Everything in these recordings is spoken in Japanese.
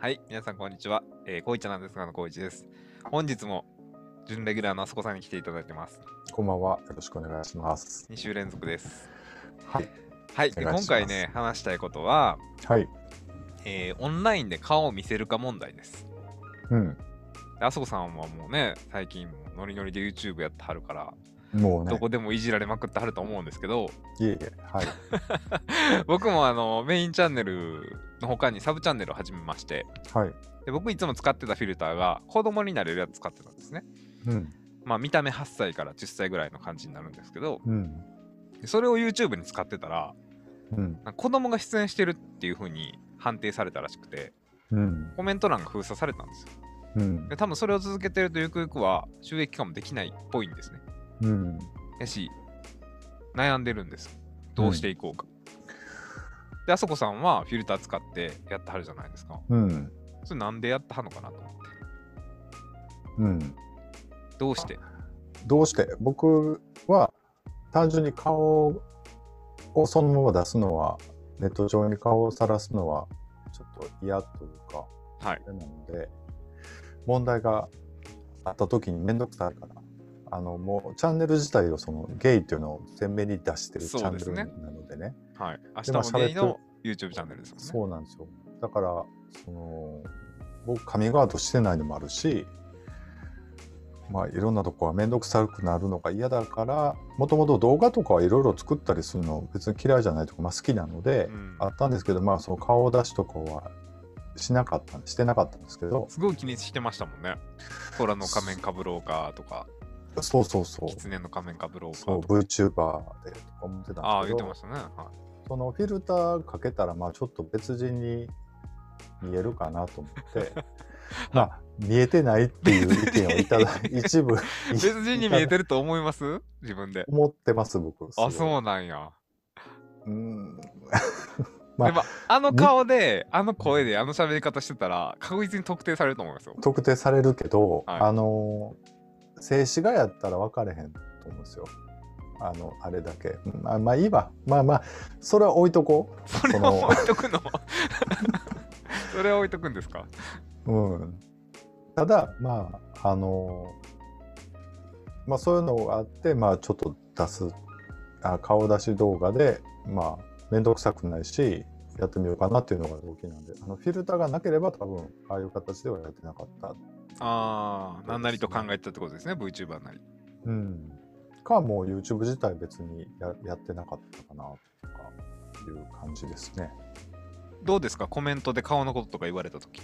はい、皆さんこんにちは。こいちゃなんですがのこいちです。本日も準レギュラーのあそこさんに来ていただいてます。 こんばんは。よろしくお願いします。 2週連続です。 はい。 はい、 おで願いします。 今回ね、話したいことは、 はい。 オンラインで顔を見せるか問題です。 うん。 であそこさんはもうね、最近もノリノリで YouTube やってはるから、 もうね、 どこでもいじられまくってはると思うんですけど、 いえいえ、はい。 僕もメインチャンネルの他にサブチャンネルを始めまして、 はい。 で僕いつも使ってたフィルターが子供になれるやつ使ってたんですね。 うん。 まあ見た目8歳から10歳ぐらいの感じになるんですけど、 うん。 それを YouTube に使ってたら、 うん。 なんか子供が出演してるっていう風に判定されたらしくて、 うん。 コメント欄が封鎖されたんですよ。 うん。 で多分それを続けてるとゆくゆくは収益化もできないっぽいんですね。 うん。 やし、悩んでるんです。どうしていこうか。で、あそこさんはフィルター使ってやってはるじゃないですか。 うん。 それなんでやってはんのかなと思って。 うん。 どうしてどうして僕は単純に顔をそのまま出すのは、ネット上に顔を晒すのはちょっと嫌というか、 はい。 なので、問題があった時にめんどくさいから、もうチャンネル自体をそのゲイっていうのを前面に出してるチャンネルなのでね。 はい。明で、 日もゲイの YouTube チャンネルですもんね。 そうなんですよ。だから、僕カミングアウトしてないのもあるし、まあいろんなとこは面倒くさくなるのが嫌だから、もともと動画とかはいろいろ作ったりするの別に嫌いじゃないとか、まあ、好きなので、あったんですけど、まあその顔出しとかはしてなかったんですけど。 すごい気にしてましたもんね。虎の仮面かぶろうかとか。 そうそうそう。 狐の仮面かぶろうかそう、 とか。 VTuber でとか思ってたんですけど。 ああ、言ってましたね。はい。 そのフィルターかけたら、まあちょっと別人に見えるかなと思って、まあ見えてないっていう意見をいただ一部別人に見えてると思います自分で。 思ってます僕。 あ、そうなんや。 まあ、 でも、あの顔で、あの声で、あの喋り方してたら、確実に特定されると思いますよ。 特定されるけど、 はい、 静止画やったら分かれへんと思うんですよ。あれだけ。まあいいわ。まあまあ、それは置いとこう。 それを置いとくのそれは置いとくんですか？ うん。ただ、まあ、まあそういうのがあって、まあちょっと出す、顔出し動画で、まあめんどくさくないし、やってみようかなっていうのが動機なんで、フィルターがなければ多分、ああいう形ではやってなかった。 ああ、なんなりと考えてたってことですね、VTuber なり。 うん。か、もう YouTube 自体別にやってなかったかな、とかいう感じですね。 どうですかコメントで顔のこととか言われたとき。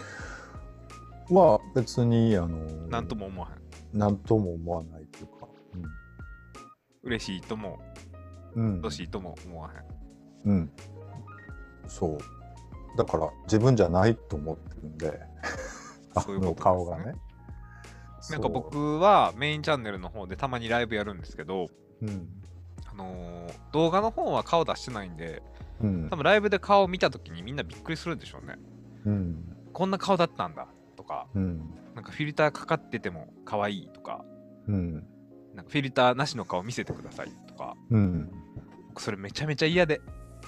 は別に、 なんとも思わへん。 なんとも思わないというか、 嬉しいとも、欲しいとも思わへん。 うん。そう。だから自分じゃないと思ってるんで、 そういうことですね。 顔がね。 なんか僕はメインチャンネルの方でたまにライブやるんですけど、動画の方は顔出してないんで、多分ライブで顔を見た時にみんなびっくりするんでしょうね。こんな顔だったんだとか、なんかフィルターかかってても可愛いとか、なんかフィルターなしの顔見せてくださいとか、僕それめちゃめちゃ嫌で。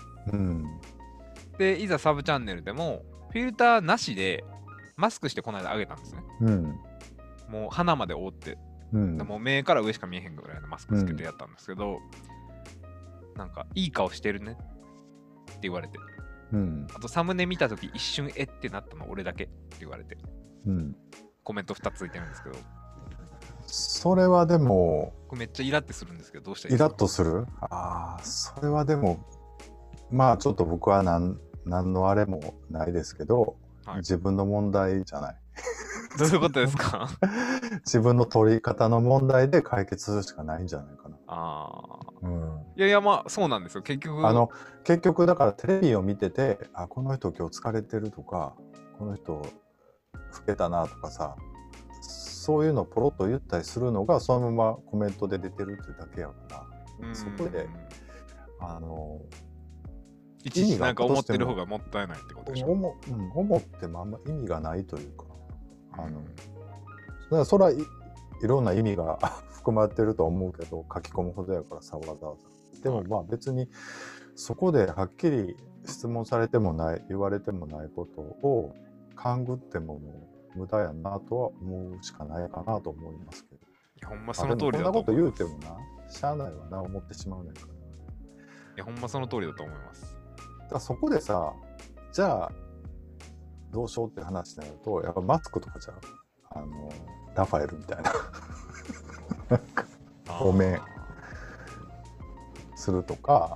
で、いざサブチャンネルでもフィルターなしでマスクしてこの間上げたんですね。もう鼻まで覆って、もう目から上しか見えへんぐらいのマスクつけてやったんですけど、なんかいい顔してるねって言われて、あとサムネ見たとき一瞬ってなったの俺だけって言われて、コメント2つついてるんですけど、 それはでもめっちゃイラってするんですけど、どうしたらいいですか？ イラッとする？それはでもまあちょっと僕は何のあれもないですけど、自分の問題じゃない。 どういうことですか？ 自分の取り方の問題で解決するしかないんじゃないかな。 いやいや、まあそうなんですよ。結局だからテレビを見てて、この人今日疲れてるとか、この人老けたなとかさ、そういうのをポロッと言ったりするのがそのままコメントで出てるってだけやから、そこでいちいちなんか思ってる方がもったいないってことでしょ。 思ってもあんま意味がないというか、だからそれはいろんな意味が含まれてると思うけど、書き込むほどやからさ、わざわざ。でもまあ別にそこではっきり質問されてもない、言われてもないことを勘ぐってももう無駄やなとは思うしかないかなと思いますけど。 いやほんまその通りだと思います。 こんなこと言うてもな、しゃあないわな思ってしまうねんから。いやほんまその通りだと思います。 だからそこでさ、じゃあどうしようって話になると、やっぱマスクとかじゃラファエルみたいなお面するとか、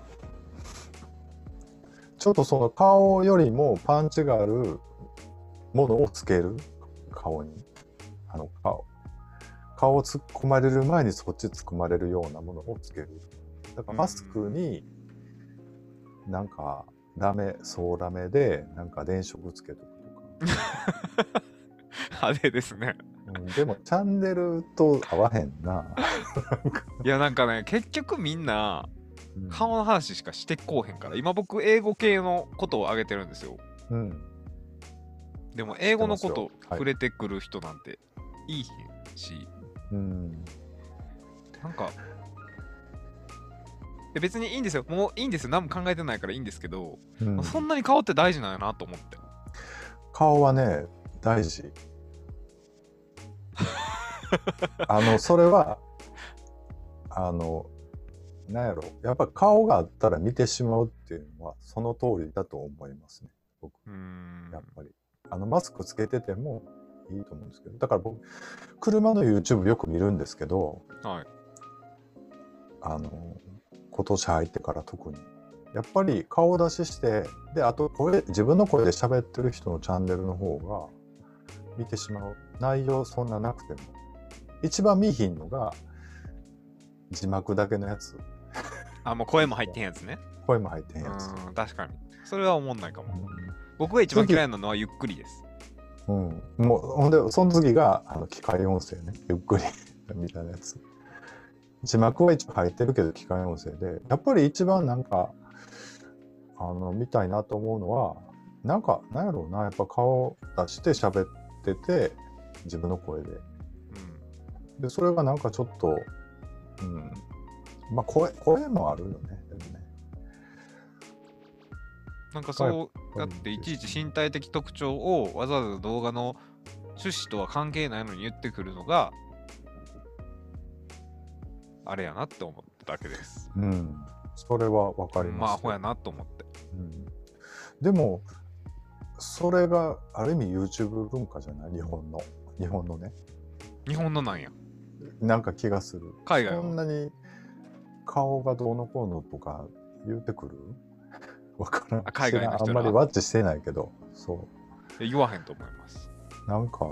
ちょっとその顔よりもパンチがあるものをつける、顔に顔を突っ込まれる前にそっち突っ込まれるようなものをつける。だからマスクになんか総ラメでなんか電飾つけとくとか派手ですね、 でもチャンネルと合わへんな。 いやなんかね、結局みんな顔の話しかしてこうへんから、今僕英語系のことを挙げてるんですよ。でも英語のこと触れてくる人なんていいひんし、なんか別にいいんですよ、もういいんですよ、何も考えてないからいいんですけど、そんなに顔って大事なんやなと思って。 顔はね大事それはなんやろ、やっぱ顔があったら見てしまうっていうのはその通りだと思いますね、僕。やっぱりマスクつけててもいいと思うんですけど、だから僕車の YouTube よく見るんですけど、 はい、 今年入ってから特にやっぱり顔出しして、であと自分の声で喋ってる人のチャンネルの方が見てしまう。内容そんななくても一番見ひんのが字幕だけのやつ。 もう声も入ってへんやつね。 声も入ってへんやつ。 確かにそれは思んないかも。僕が一番嫌いなのはゆっくりです。 もうほんでその次が機械音声ね、ゆっくりみたいなやつ。字幕は一応入ってるけど機械音声で、やっぱり一番なんか見たいなと思うのは、なんやろうな、やっぱ顔出して喋ってて自分の声で、でそれがなんかちょっとまあ声もあるよね。でもね、 なんかそうやっていちいち身体的特徴をわざわざ動画の趣旨とは関係ないのに言ってくるのがあれやなって思っただけです。 それはわかります。 まあアホやなと思って。 でもそれがある意味 YouTube 文化じゃない？日本のね。 日本のなんや。 なんか気がする。 海外はそんなに顔がどうのこうのとか言うてくる？わからん。 海外の人らあんまりワッチしてないけど、そう言わへんと思います。 なんか、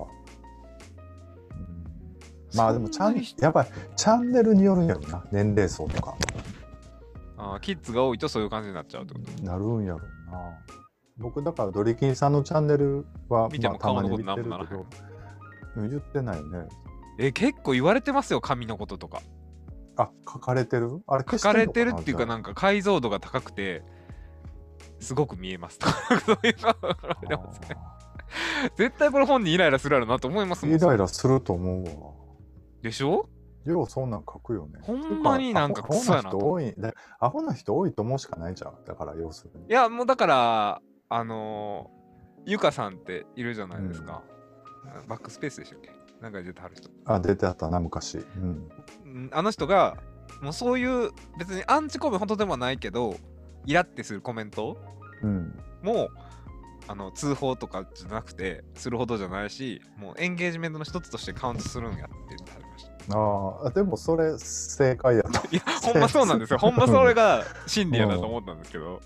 まあでもやっぱりチャンネルによるんやろな、年齢層とか。 キッズが多いとそういう感じになっちゃうってこと？ なるんやろうな。僕だからドリキンさんのチャンネルは見ても顔のことなんもならへん。 言ってないね。 結構言われてますよ、髪のこととか。 書かれてる？あれ書かれてるっていうか、なんか解像度が高くてすごく見えますとかそういうのが書かれてますね。絶対これ本にイライラするやろなと思いますもん。 イライラすると思うわ。 でしょ？ ようそんなん書くよね。 ほんまになんかクソやなと。 アホな人多いと思うしかないじゃん。だから要するに。 いやもうだからゆかさんっているじゃないですか。バックスペースでしたっけ？なんか出てはる人。 出てあったな昔。 あの人がもうそういう別にアンチコメほどでもないけどイラってするコメントも通報とかじゃなくてするほどじゃないし、もうエンゲージメントの一つとしてカウントするんやって言ってはりました。 でもそれ正解やと。 いやほんまそうなんですよ。ほんまそれが真理やなと思ったんですけど。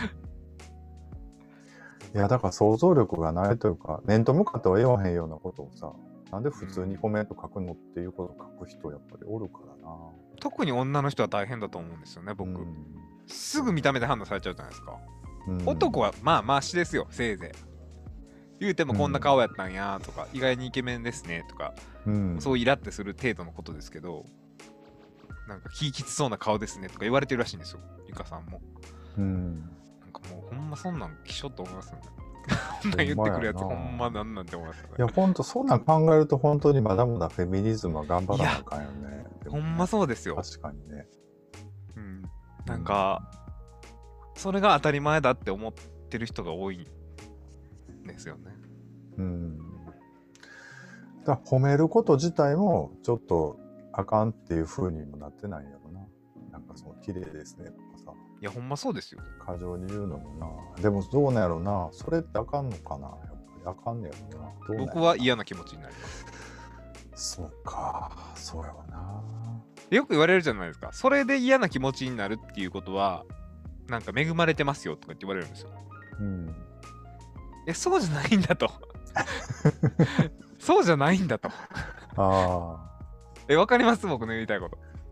いやだから想像力がないというか、面と向かっては言わへんようなことをさ、なんで普通にコメント書くのっていうことを書く人やっぱりおるからな。 特に女の人は大変だと思うんですよね、僕。すぐ見た目で判断されちゃうじゃないですか。男はまあマシですよ、せいぜい。言うてもこんな顔やったんやとか、意外にイケメンですねとか、そうイラってする程度のことですけど、なんか気きつそうな顔ですねとか言われてるらしいんですよ、ゆかさんも。なんかもうほんまそんなんきしょって思いますよね。こんなん言ってくるやつほんまなんなんて思いますよね。 いやほんとそんなん考えると本当にまだまだフェミニズムは頑張らなあかんよね。 ほんまそうですよ。 確かにね。 なんかそれが当たり前だって思ってる人が多いんですよね。 うん。だ褒めること自体もちょっとあかんっていう風にもなってないんやろな。なんかその綺麗ですねとかさ。 いやほんまそうですよ。 過剰に言うのもな。でもどうなんやろな。それってあかんのかな。やっぱりあかんねやろな。どうなんやろな。 僕は嫌な気持ちになります。 そうか、そうやわな。 よく言われるじゃないですか。それで嫌な気持ちになるっていうことは、なんか恵まれてますよとかって言われるんですよ。 うん。 そうじゃないんだと。そうじゃないんだと。 ああ。 わかります僕の言いたいこと。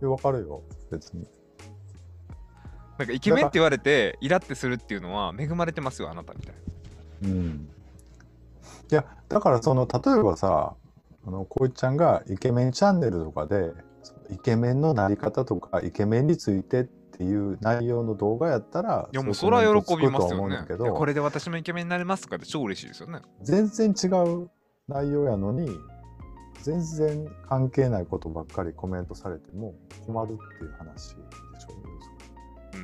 わかるよ、別に。 なんかイケメンって言われてイラってするっていうのは恵まれてますよあなたみたいな。 うん。いや、だからその例えばさ、こいちゃんがイケメンチャンネルとかで、イケメンのなり方とかイケメンについてっていう内容の動画やったら、 いやもうそれは喜びますよね。 けど、 これで私もイケメンになれますとかって超嬉しいですよね。 全然違う内容やのに、全然関係ないことばっかりコメントされても困るっていう話でしょ。うん。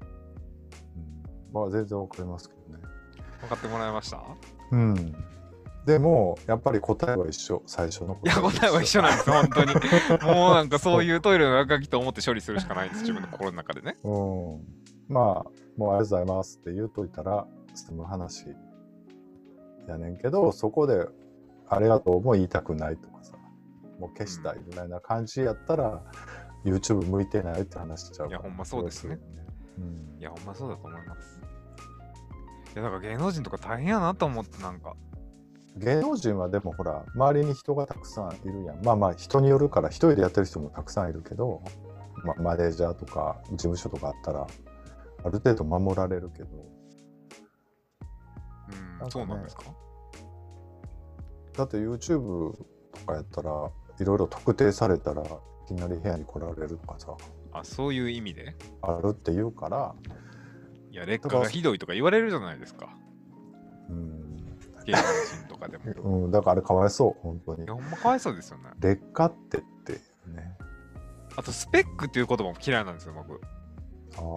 まあ全然わかりますけどね。 分かってもらいました？ うん。でもやっぱり答えは一緒、最初の答えは一緒。いや答えは一緒なんです本当に。もうなんかそういうトイレの中書きと思って処理するしかないんです自分の心の中でね。 うん。まあもうありがとうございますって言うといたら済む話やねんけど、そこでありがとうも言いたくないとかさ、もう消したいぐらいな感じやったら、YouTube 向いてないって話しちゃうから。 いやほんまそうですね。いやほんまそうだと思います。いやだから芸能人とか大変やなと思って。なんか芸能人はでもほら周りに人がたくさんいるやん。まあまあ人によるから一人でやってる人もたくさんいるけど、マネージャーとか事務所とかあったらある程度守られるけど。 そうなんですか？ だって YouTube とかやったらいろいろ特定されたらいきなり部屋に来られるとかさ。 あ、そういう意味であるって言うから。 いや劣化がひどいとか言われるじゃないですか。芸能人とかでも。 だからあれかわいそう、本当に。 いやほんまかわいそうですよね。 劣化ってね。 あとスペックっていう言葉も嫌いなんですよ僕。 ああ、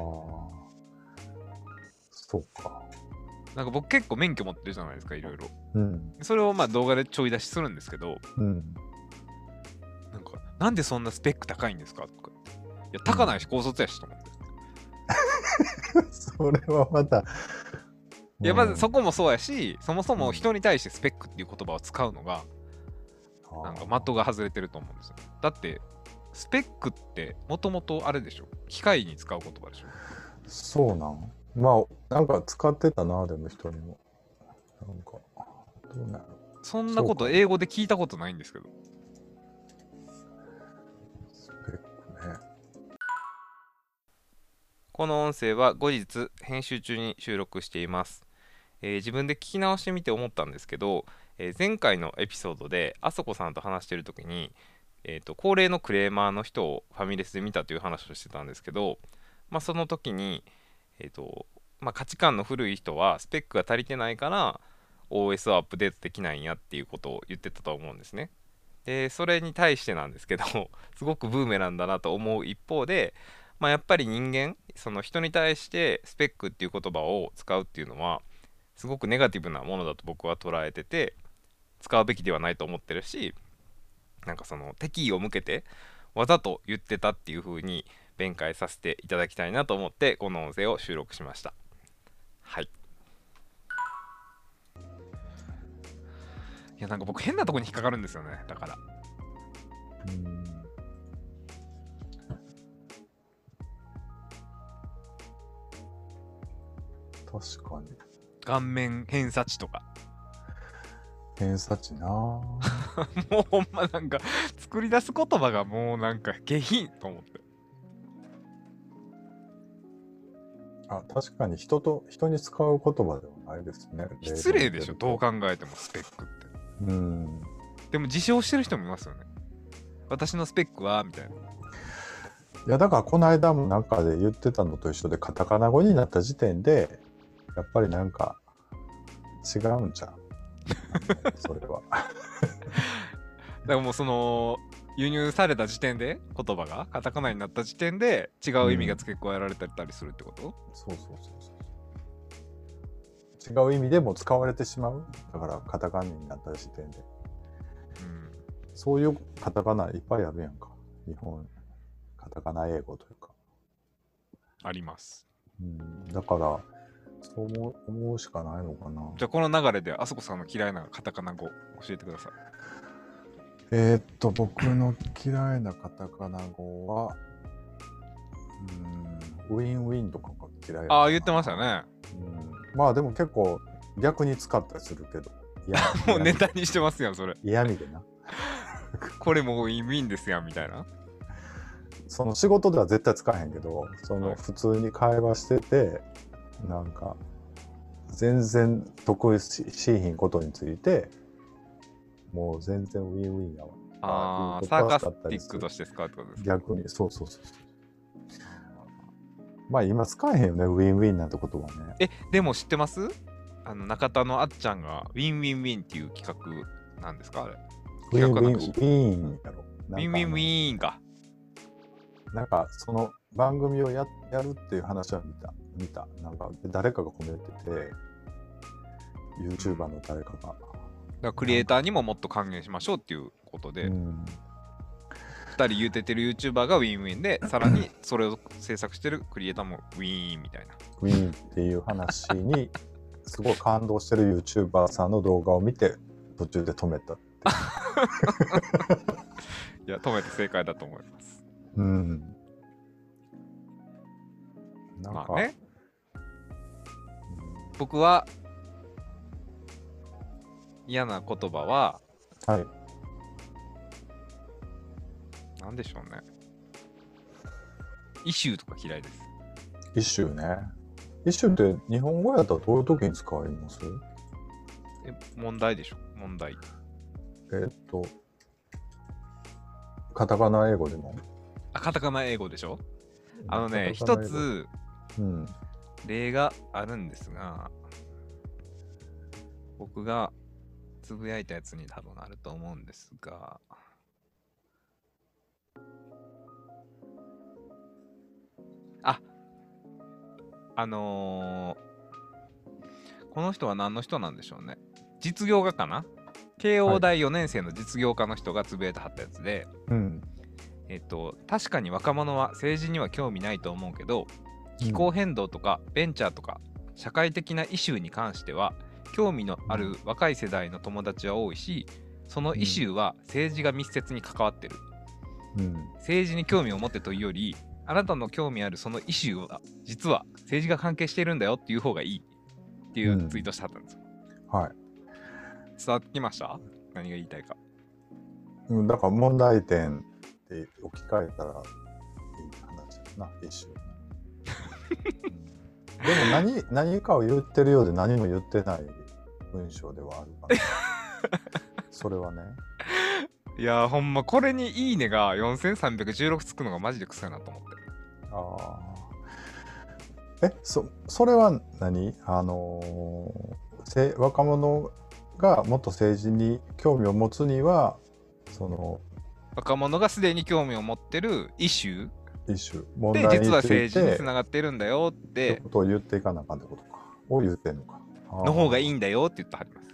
そうか。 なんか僕結構免許持ってるじゃないですか、いろいろ。 うん。 それをまあ動画でちょい出しするんですけど、 うん。 なんかなんでそんなスペック高いんですかとか。いや高ないし高卒やしと思って。 それはまた。 いやまずそこもそうやし、そもそも人に対してスペックっていう言葉を使うのが、なんか的が外れてると思うんですよ。だってスペックってもともとあれでしょ、機械に使う言葉でしょ。 そうなん。まあなんか使ってたな、でも人にも。なんかどうなの。 そんなこと英語で聞いたことないんですけど。 スペックね。 この音声は後日編集中に収録しています。自分で聞き直してみて思ったんですけど、前回のエピソードであそこさんと話してる時に、高齢のクレーマーの人をファミレスで見たという話をしてたんですけど、その時に、価値観の古い人はスペックが足りてないから OS をアップデートできないんやっていうことを言ってたと思うんですね。でそれに対してなんですけどすごくブーメランだなと思う一方で、やっぱり人間、その人に対してスペックっていう言葉を使うっていうのはすごくネガティブなものだと僕は捉えてて、使うべきではないと思ってるし、なんかその敵意を向けてわざと言ってたっていう風に弁解させていただきたいなと思ってこの音声を収録しました。はい。いやなんか僕変なとこに引っかかるんですよね。だから確かに顔面偏差値とか偏差値なもうほんまなんか作り出す言葉がもうなんか下品と思って。 確かに人に使う言葉ではないですね。 失礼でしょ、どう考えてもスペックって。でも自称してる人もいますよね。私のスペックはみたいな。 いやだからこの間もなんかで言ってたのと一緒で、カタカナ語になった時点でやっぱりなんか違うんじゃんそれはだからもうその輸入された時点で言葉がカタカナになった時点で違う意味が付け加えられたりするってこと？ そう違う意味でも使われてしまう。だからカタカナになった時点で、そういうカタカナいっぱいあるやんか。日本カタカナ英語というかあります。 だからそう思うしかないのかな。 じゃあこの流れであそこさんの嫌いなカタカナ語教えてください。 僕の嫌いなカタカナ語はウィンウィンとかが嫌い。 ああ言ってましたね。 まあでも結構逆に使ったりするけど、 もうネタにしてますやんそれ。 嫌味でなこれもウィンウィンですやんみたいな。 その仕事では絶対使えへんけど、その普通に会話してて、なんか全然得意しひんことについてもう全然ウィンウィンやわ。 ああ、サーカスティックとして使うってことですか。 逆にそう。まあ今使えへんよね、ウィンウィンなんてことはね。 でも知ってます？中田のあっちゃんがウィンウィンウィンっていう企画なんですかあれ。 ウィンウィンやろ。 ウィンウィンウィンか。 なんかその番組をやるっていう話は見た。なんか誰かがコメントて、YouTuber の誰かが。だからクリエイターにももっと還元しましょうっていうことで、2人言うてる YouTuber がウィンウィンで、さらにそれを制作してるクリエイターもウィーンみたいな。 ウィーンっていう話にすごい感動してる YouTuber さんの動画を見て途中で止めたっていや、止めて正解だと思います。 なんかまあね、僕は嫌な言葉は、なんでしょうね。イシューとか嫌いです。 イシューね。イシューって日本語やったらどういう時に使います？ 問題でしょ。問題。 カタカナ英語でも？ カタカナ英語でしょ。一つ、例があるんですが、僕がつぶやいたやつに多分あると思うんですが、この人は何の人なんでしょうね。実業家かな？慶応大4年生の実業家の人がつぶやいてはったやつで、確かに若者は政治には興味ないと思うけど、気候変動とかベンチャーとか社会的なイシューに関しては興味のある若い世代の友達は多いし、そのイシューは政治が密接に関わってる。政治に興味を持ってというより、あなたの興味あるそのイシューは実は政治が関係しているんだよっていう方がいいっていうツイートしてはったんですよ。伝わってきました？何が言いたいか。 だから問題点って置き換えたらいい話だな、イシュー。でも何かを言ってるようで何も言ってない文章ではあるからそれはね。 いやほんまこれにいいねが4316つくのがマジで臭いなと思って。 それは何？若者がもっと政治に興味を持つには、その若者がすでに興味を持ってるイシュー問題について実は政治につながってるんだよってことを言っていかなあかんってことかを言ってんのかの方がいいんだよって言ってはります。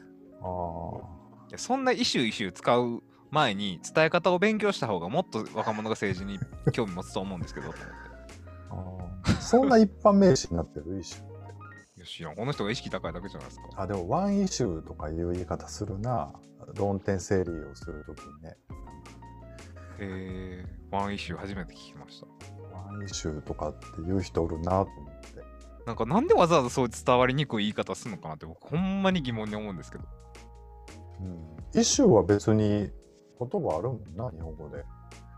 そんなイシュー使う前に伝え方を勉強した方がもっと若者が政治に興味持つと思うんですけどと思ってそんな一般名詞になってるイシューって。 いや知らん、この人が意識高いだけじゃないですか。 でもワンイシューとかいう言い方するな、論点整理をするときにね。 ワンイシュー初めて聞きました。 ワンイシューとかって言う人おるなと思って。 なんでわざわざそう伝わりにくい言い方するのかなって僕ほんまに疑問に思うんですけど。 イシューは別に言葉あるもんな、日本語で。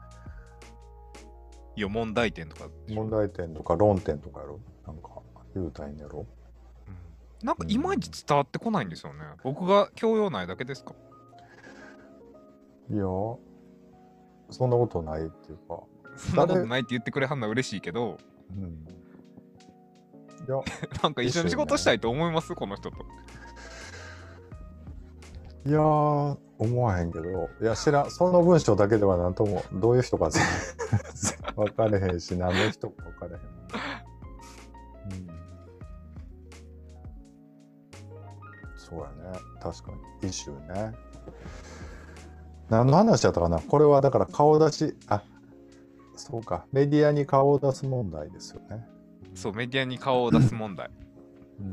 いや、問題点とか。 問題点とか論点とかやろ。なんか言うたいんやろ。 なんかいまいち伝わってこないんですよね。僕が教養ないだけですか？ いや、そんなことないっていうか。 そんなことないって言ってくれはんのは嬉しいけど。 いやなんか一緒に仕事したいと思います、この人と。 いやー、思わへんけど、いや、その文章だけではなんとも、どういう人か分かれへんし、何の人か分かれへん。 そうやね。確かに。イシューね。何の話だったかな。これはだから顔出し、そうか。メディアに顔を出す問題ですよね。 そう、メディアに顔を出す問題。 うん、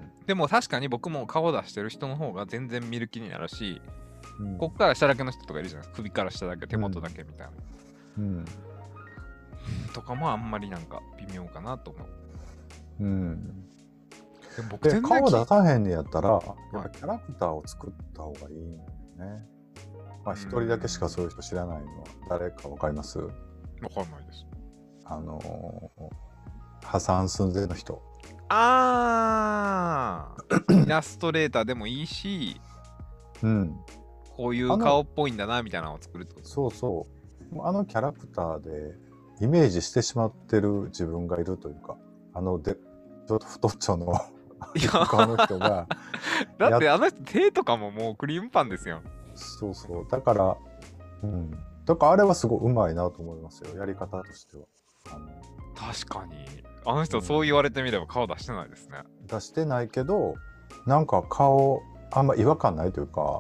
でも確かに僕も顔を出してる人の方が全然見る気になるし、こっうから下だけの人とかいるじゃないですか。首から下だけ、手元だけみたいな。 ん。 とかもあんまりなんか微妙かなと思う。 うん。 でも僕全然顔出さへんねやったら、やっぱキャラクターを作った方がいいんだよね。まあ一人だけしかそういう人知らないのは誰かわかります？ わかんないです。 破産寸前の人。 イラストレーターでもいいし、 うん。 こういう顔っぽいんだなみたいなのを作るってこと。 そうそう。あのキャラクターでイメージしてしまってる自分がいるというか、ちょっと太っちょの顔の人がだってあの人手とかももうクリームパンですよ。 そうそう。だから、だからあれはすごいうまいなと思いますよ。やり方としては。 確かに。あの人そう言われてみれば顔出してないですね。 出してないけど、なんか顔あんま違和感ないというか、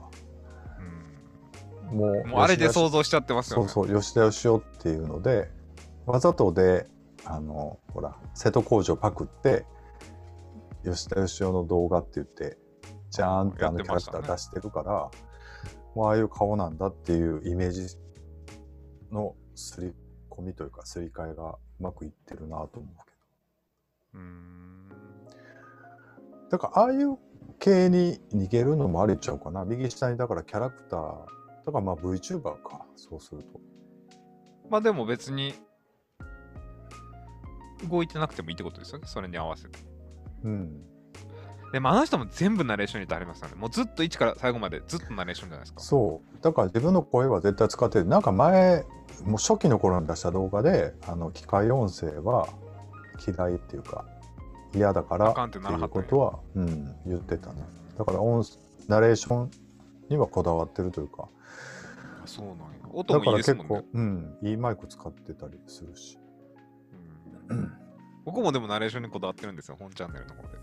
もうあれで想像しちゃってますよね。 そうそう、吉田義雄っていうので、わざとで、ほら、瀬戸康史をパクって、吉田義雄の動画って言って、ジャーンってキャラクター出してるから、もうああいう顔なんだっていうイメージの刷り込みというか、刷り替えがうまくいってるなと思うけど。だから、ああいう系に逃げるのもありちゃうかな。右下にだからキャラクター、だからまあ VTuber か、そうすると。 まあでも別に動いてなくてもいいってことですよね、それに合わせて。でもあの人も全部ナレーションにありますよね。もうずっと1から最後までずっとナレーションじゃないですか。 そう。だから自分の声は絶対使ってる。なんか前、もう初期の頃に出した動画で、機械音声は嫌いっていうか、嫌だからっていうことは、言ってたね。だからナレーションにはこだわってるというか。 そうなんや。音もいいですもんね。 だから結構、いいマイク使ってたりするし。 僕もでもナレーションにこだわってるんですよ、本チャンネルの方で。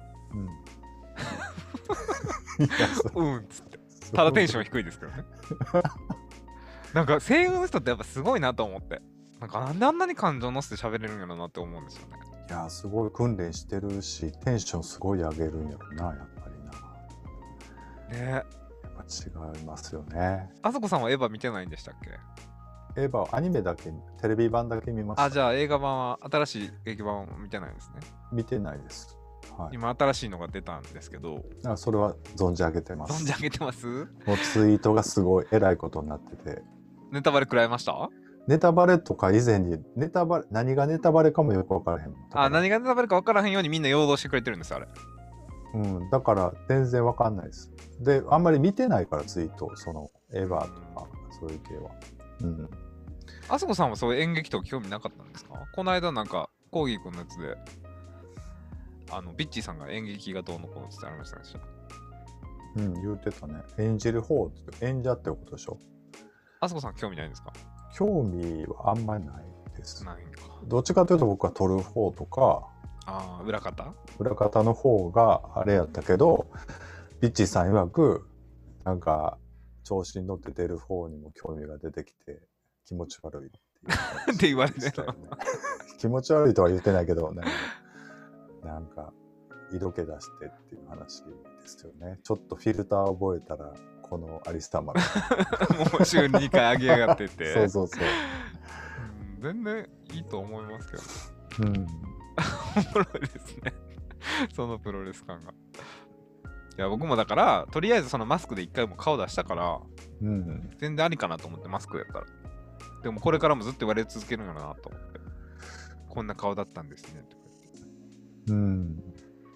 っつって。ただテンション低いですけどね。なんか声優の人ってやっぱすごいなと思って。なんかなんであんなに感情乗せて喋れるんやろなって思うんですよね。 いや、すごい訓練してるし、テンションすごい上げるんやろな、やっぱりな。 ね。 やっぱ違いますよね。 あそこさんはエヴァ見てないんでしたっけ？ エヴァアニメだけ、テレビ版だけ見ました。 じゃあ映画版は、新しい劇版は見てないですね。 見てないです。 はい、今新しいのが出たんですけど。 それは存じ上げてます。 存じ上げてます？ もうツイートがすごいえらいことになってて。 ネタバレ食らいました？ ネタバレとか以前に、何がネタバレかもよく分からへん。 何がネタバレか分からへんようにみんな誘導してくれてるんです、あれ。 だから全然分かんないです。で、あんまり見てないからツイート、そのエヴァとか、そういう系は。 あそこさんはそういう演劇とか興味なかったんですか？この間なんか、コーギー君のやつで、ビッチーさんが演劇がどうのこうのってありましたでしょ？ 言うてたね。演じる方、演者ってことでしょ？ あそこさん興味ないんですか？ 興味はあんまりないです。 ないんか。 どっちかというと僕は撮る方とか、 裏方の方があれやったけど、ビッチーさん曰く、なんか、調子に乗って出る方にも興味が出てきて、気持ち悪いって言われてた、ね、 気持ち悪いとは言ってないけど、なんか、色気出してっていう話ですよね。ちょっとフィルター覚えたら、このアリスタマル。 もう週に2回上げやがってて。 そうそうそう。 全然いいと思いますけど。 おもろいですね。そのプロレス感が。いや、僕もだから、とりあえずそのマスクで1回も顔出したから、全然ありかなと思って、マスクやったら。でもこれからもずっと言われ続けるんやろなと思って。こんな顔だったんですね。とか言って。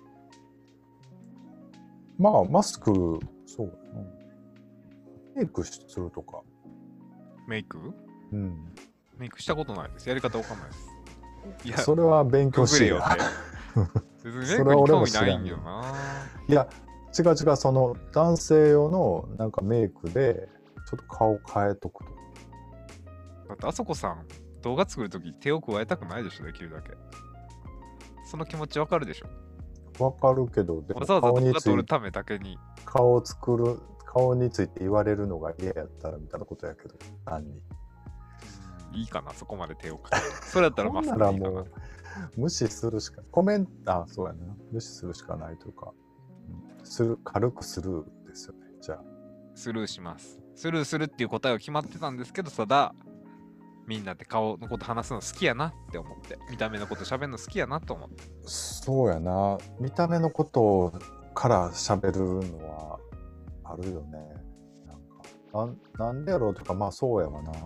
まあ、マスク、そうだな。メイクするとか。 メイク？メイクしたことないです。やり方わかんないです。 いや、それは勉強してよって。 別にメイクに興味ないんよな。 いや、違う、その男性用のなんかメイクで、ちょっと顔変えとくと。 だってあそこさん、動画作るとき手を加えたくないでしょ、できるだけ。その気持ちわかるでしょ？ わかるけど、でもわざわざ動顔につい画撮るためだけに。 顔について言われるのが嫌やったらみたいなことやけど、単に。 いいかな、そこまで手をかけて。それだったらマスクでいいかな。 もう無視するしか、そうやな、無視するしかないというか、軽くスルーですよね、じゃあ。 スルーします。スルーするっていう答えは決まってたんですけど、ただ、みんなって顔のこと話すの好きやなって思って、見た目のこと喋るの好きやなと思って。 そうやな、見た目のことから喋るのはあるよね。なんでやろうとか、まあそうやわな。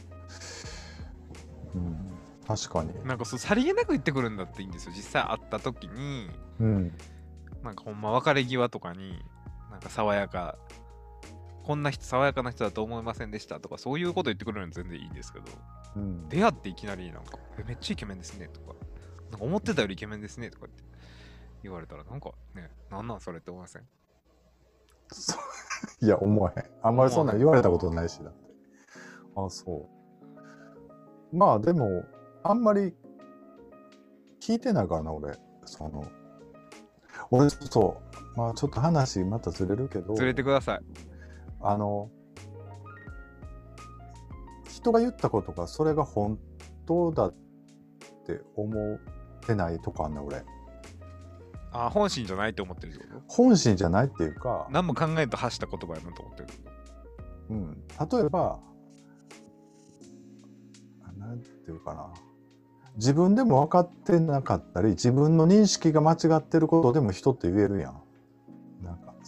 うん、確かに。 なんかさりげなく言ってくるんだっていいんですよ。実際会った時に、なんかほんま別れ際とかに、なんか爽やか、こんな人爽やかな人だと思いませんでしたとか、そういうこと言ってくれるの全然いいんですけど、出会っていきなりなんか、めっちゃイケメンですねとか、なんか思ってたよりイケメンですねとかって言われたら、なんかね、なんそれって思いません？ いや、思わへん。あんまりそんなん言われたことないし、だって。あ、そう。まあでも、あんまり聞いてないからな、俺。そう、まあちょっと話またずれるけど。 ずれてください。 人が言ったことがそれが本当だって思ってないとかあんな、俺。 本心じゃないと思ってるってこと？ 本心じゃないっていうか、 何も考えんと発した言葉やなと思ってる。 例えば、なんていうかな、自分でも分かってなかったり、自分の認識が間違ってることでも人って言えるやん。なんか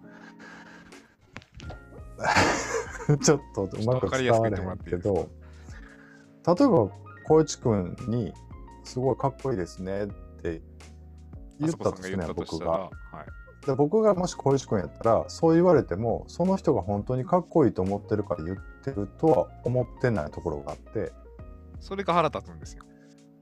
ちょっとうまく伝われへんけど、例えば光一くんにすごいかっこいいですねって言ったとするね、僕が。で、僕がもし光一くんやったら、そう言われても、その人が本当にかっこいいと思ってるから言ってるとは思ってないところがあって、 それが腹立つんですよ。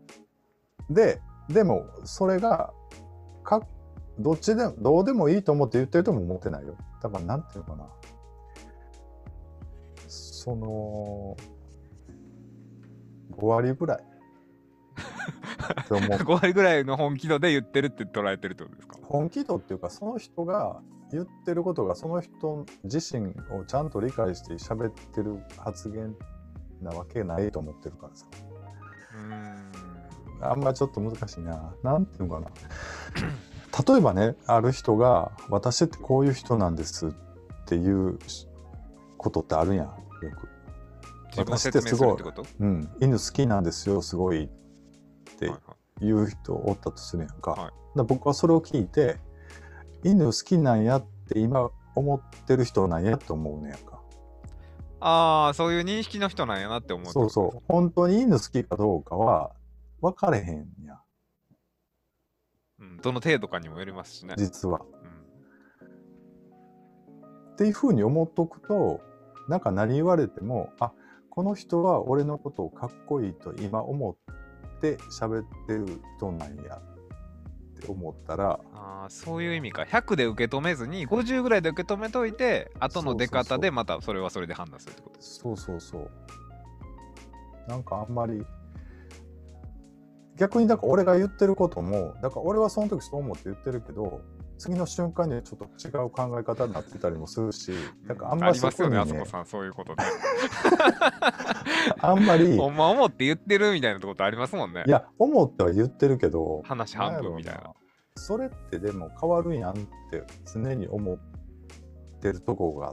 でもそれがどうでもいいと思って言ってるとも思ってないよ。だからなんていうのかな、5割ぐらい 5割ぐらいの本気度で言ってるって捉えてるってことですか？ 本気度っていうか、その人が言ってることがその人自身をちゃんと理解して喋ってる発言なわけないと思ってるからさ。あんまちょっと難しいな。なんていうのかな。例えばね、ある人が私ってこういう人なんですっていうことってあるやん、よく。私ってすごい、犬好きなんですよ、すごいっていう人おったとするやんか。だ僕はそれを聞いて、犬好きなんやって今思ってる人なんやと思うねやんか。 そういう認識の人なんやなって思う。 そうそう。本当に犬好きかどうかは分かれへんや。 どの程度かにもよりますしね。 実は。っていうふうに思っとくと、なんか何言われても、この人は俺のことをかっこいいと今思って喋ってる人なんやって思ったら、 そういう意味か。100で受け止めずに50ぐらいで受け止めといて、後の出方でまたそれはそれで判断するってことです。 そう。なんかあんまり逆に、だから俺が言ってることも、だから俺はその時そう思って言ってるけど、次の瞬間にはちょっと違う考え方になってたりもするし、だからあんまりそこにね、 ありますよね、あそこさん、そういうことで。 あんまりほんま思って言ってるみたいなことありますもんね。 いや、思っては言ってるけど、 話半分みたいな。 それってでも変わるやんって常に思ってるとこがあって、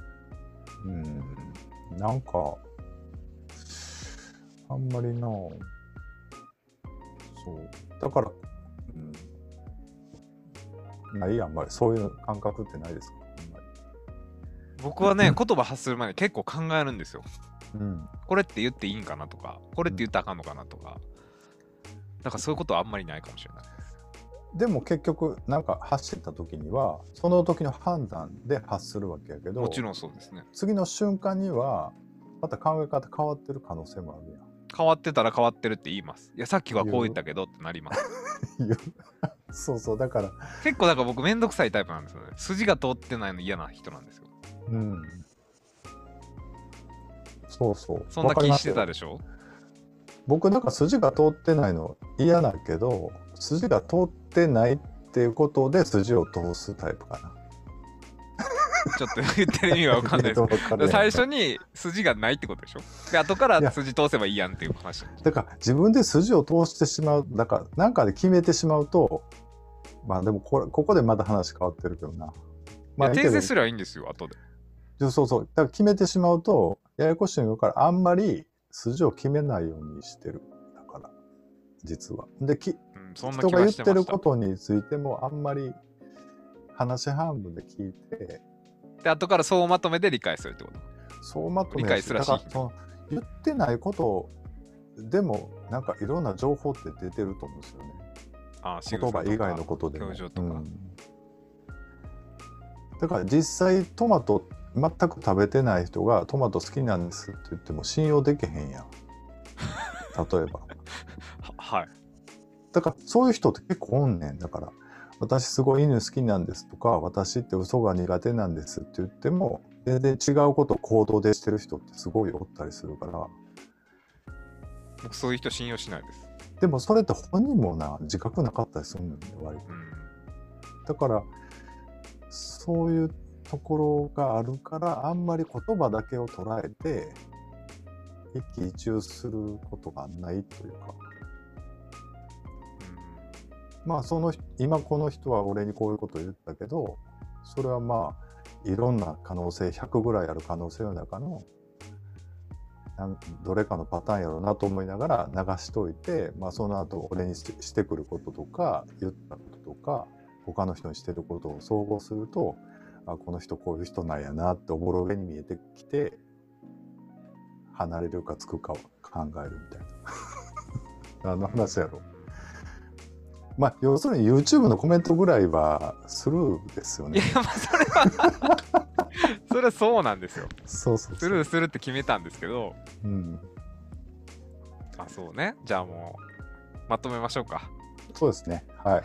なんかあんまりな、そうだから、あんまりそういう感覚ってないですか？ 僕はね、言葉発する前に結構考えるんですよ。これって言っていいんかなとか、これって言ったらあかんのかなとか、なんかそういうことはあんまりないかもしれない。 でも結局なんか発した時にはその時の判断で発するわけやけど、 もちろんそうですね。 次の瞬間にはまた考え方変わってる可能性もあるやん。 変わってたら変わってるって言います。いや、さっきはこう言ったけどってなります。 そうだから結構だから僕めんどくさいタイプなんですよね。筋が通ってないの嫌な人なんですよ。 そう。 そんな気してたでしょ？ 僕なんか筋が通ってないの嫌だけど、 筋が通ってないっていうことで筋を通すタイプかな。 ちょっと言ってる意味は分かんないですけど最初に筋がないってことでしょ。で後から筋通せばいいやんっていう話。 だから自分で筋を通してしまう、だからなんかで決めてしまうと、まあでもここでまた話変わってるけどな。まあ、 訂正すりゃいいんですよ後で。 そうそう。だから決めてしまうとややこしいのからあんまり筋を決めないようにしてる。だから実は。で人が言ってることについてもあんまり話半分で聞いて。 で後から総まとめで理解するってこと。 総まとめ理解すらしい。 言ってないことでもなんかいろんな情報って出てると思うんですよね。言葉以外のことでも。表情とか。だから実際トマト全く食べてない人がトマト好きなんですって言っても信用できへんやん。例えば。 はい。 だからそういう人って結構おんねん。だから私すごい犬好きなんですとか私って嘘が苦手なんですって言っても全然違うことを行動でしてる人ってすごいおったりするから。 僕そういう人信用しないです。 でもそれって本人も自覚なかったりするんだよ割と。だからそういうところがあるからあんまり言葉だけを捉えて一喜一憂することがないというか。まあ今この人は俺にこういうことを言ったけどそれはまあいろんな可能性100ぐらいある可能性の中のどれかのパターンやろうなと思いながら流しといて、まあ、その後俺にしてくることとか言ったこととか他の人にしてることを総合するとこの人こういう人なんやなっておぼろげに見えてきて離れるかつくかを考えるみたいな何の話やろ。まあ要するに YouTube のコメントぐらいはスルーですよね。 いやまあそれはそれはそうなんですよ。 そうスルーするって決めたんですけど、そうね。じゃあもうまとめましょうか。 そうですね。はい。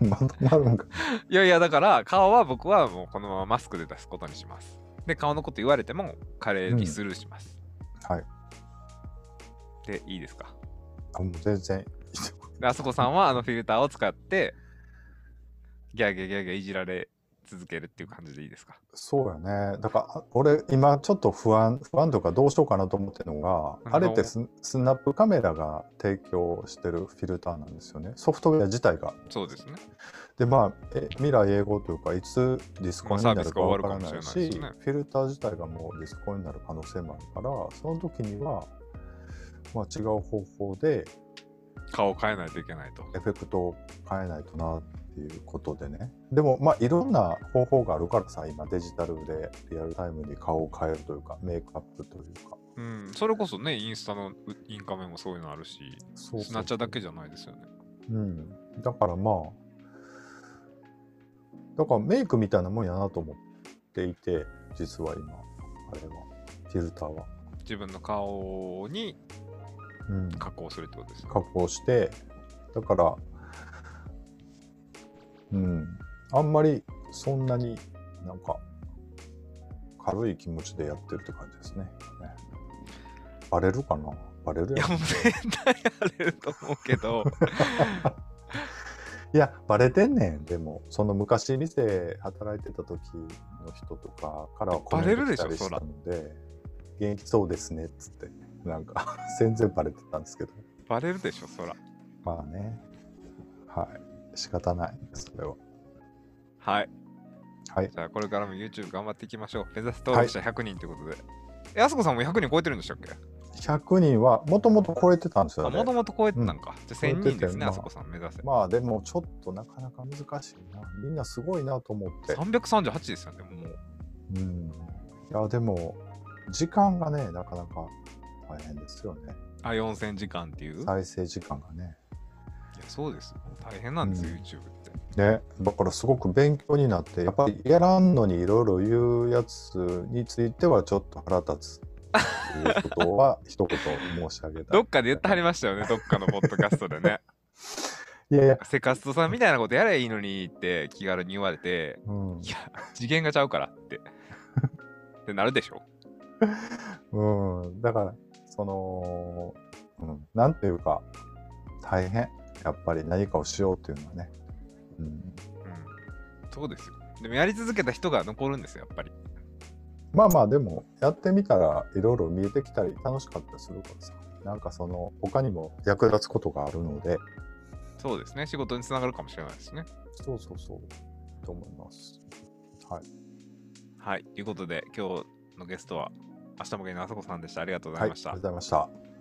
まとまるんか。 いやいやだから顔は僕はもうこのままマスクで出すことにします。で顔のこと言われても華麗にスルーします。 はい。 でいいですか。 もう全然。 であそこさんはフィルターを使ってギャーギャーギャーギャーいじられ続けるっていう感じでいいですか。 そうやね。だから俺今ちょっと不安とかどうしようかなと思ってるのが、あれってスナップカメラが提供してるフィルターなんですよね。ソフトウェア自体が。 そうですね。 でまあ未来永劫というかいつディスコになるかわからないし、フィルター自体がもうディスコになる可能性もあるから、その時にはまあ違う方法で顔を変えないといけないと。 エフェクトを変えないとなっていうことでね。でもまあいろんな方法があるからさ、今デジタルでリアルタイムに顔を変えるというかメイクアップというか。 それこそねインスタのインカメもそういうのあるし、スナッチャーだけじゃないですよね。 だからまあだからメイクみたいなもんやなと思っていて、実は今あれはフィルターは自分の顔に加工するってことですね。 加工して、だからあんまりそんなになんか軽い気持ちでやってるって感じですね。バレるかな。バレるやん。 いやもう絶対バレると思うけどいやバレてんねん。でもその昔店働いてた時の人とかからはコメント来たりしたので、元気そうですねっつってなんか全然バレてたんですけど。 バレるでしょそら。 まあね、はい仕方ないそれは。 はいはい。 じゃあこれからも YouTube 頑張っていきましょう。目指す登録者100人ということで、あそこさんも100人超えてるんでしたっけ。 100人はもともと超えてたんですよね。 もともと超えてたんか。じゃあ1000人ですね、あそこさん目指せ。 まあでもちょっとなかなか難しいな。みんなすごいなと思って。 338ですよね、もう。いやでも時間がねなかなか大変ですよね。 4000時間っていう再生時間がね。 いやそうです。大変なんですよ、YouTube って。 ね、だからすごく勉強になって、やっぱりやらんのにいろいろ言うやつについてはちょっと腹立つっていうことは一言申し上げたい。 どっかで言ってはりましたよね、どっかのポッドキャストでね。 いやいやセカストさんみたいなことやればいいのにって気軽に言われて、いや次元がちゃうからってってなるでしょ。 だからそのなんていうか大変やっぱり何かをしようっていうのはね。 そうですよ。でもやり続けた人が残るんですよ、やっぱり。 まあまあ、でもやってみたらいろいろ見えてきたり楽しかったりするからさ、なんかその他にも役立つことがあるので。 そうですね、仕事につながるかもしれないですね。 そうと思います。はい。 はい、ということで今日のゲストは明日も芸のあさこさんでした。ありがとうございました。 はい、ありがとうございました。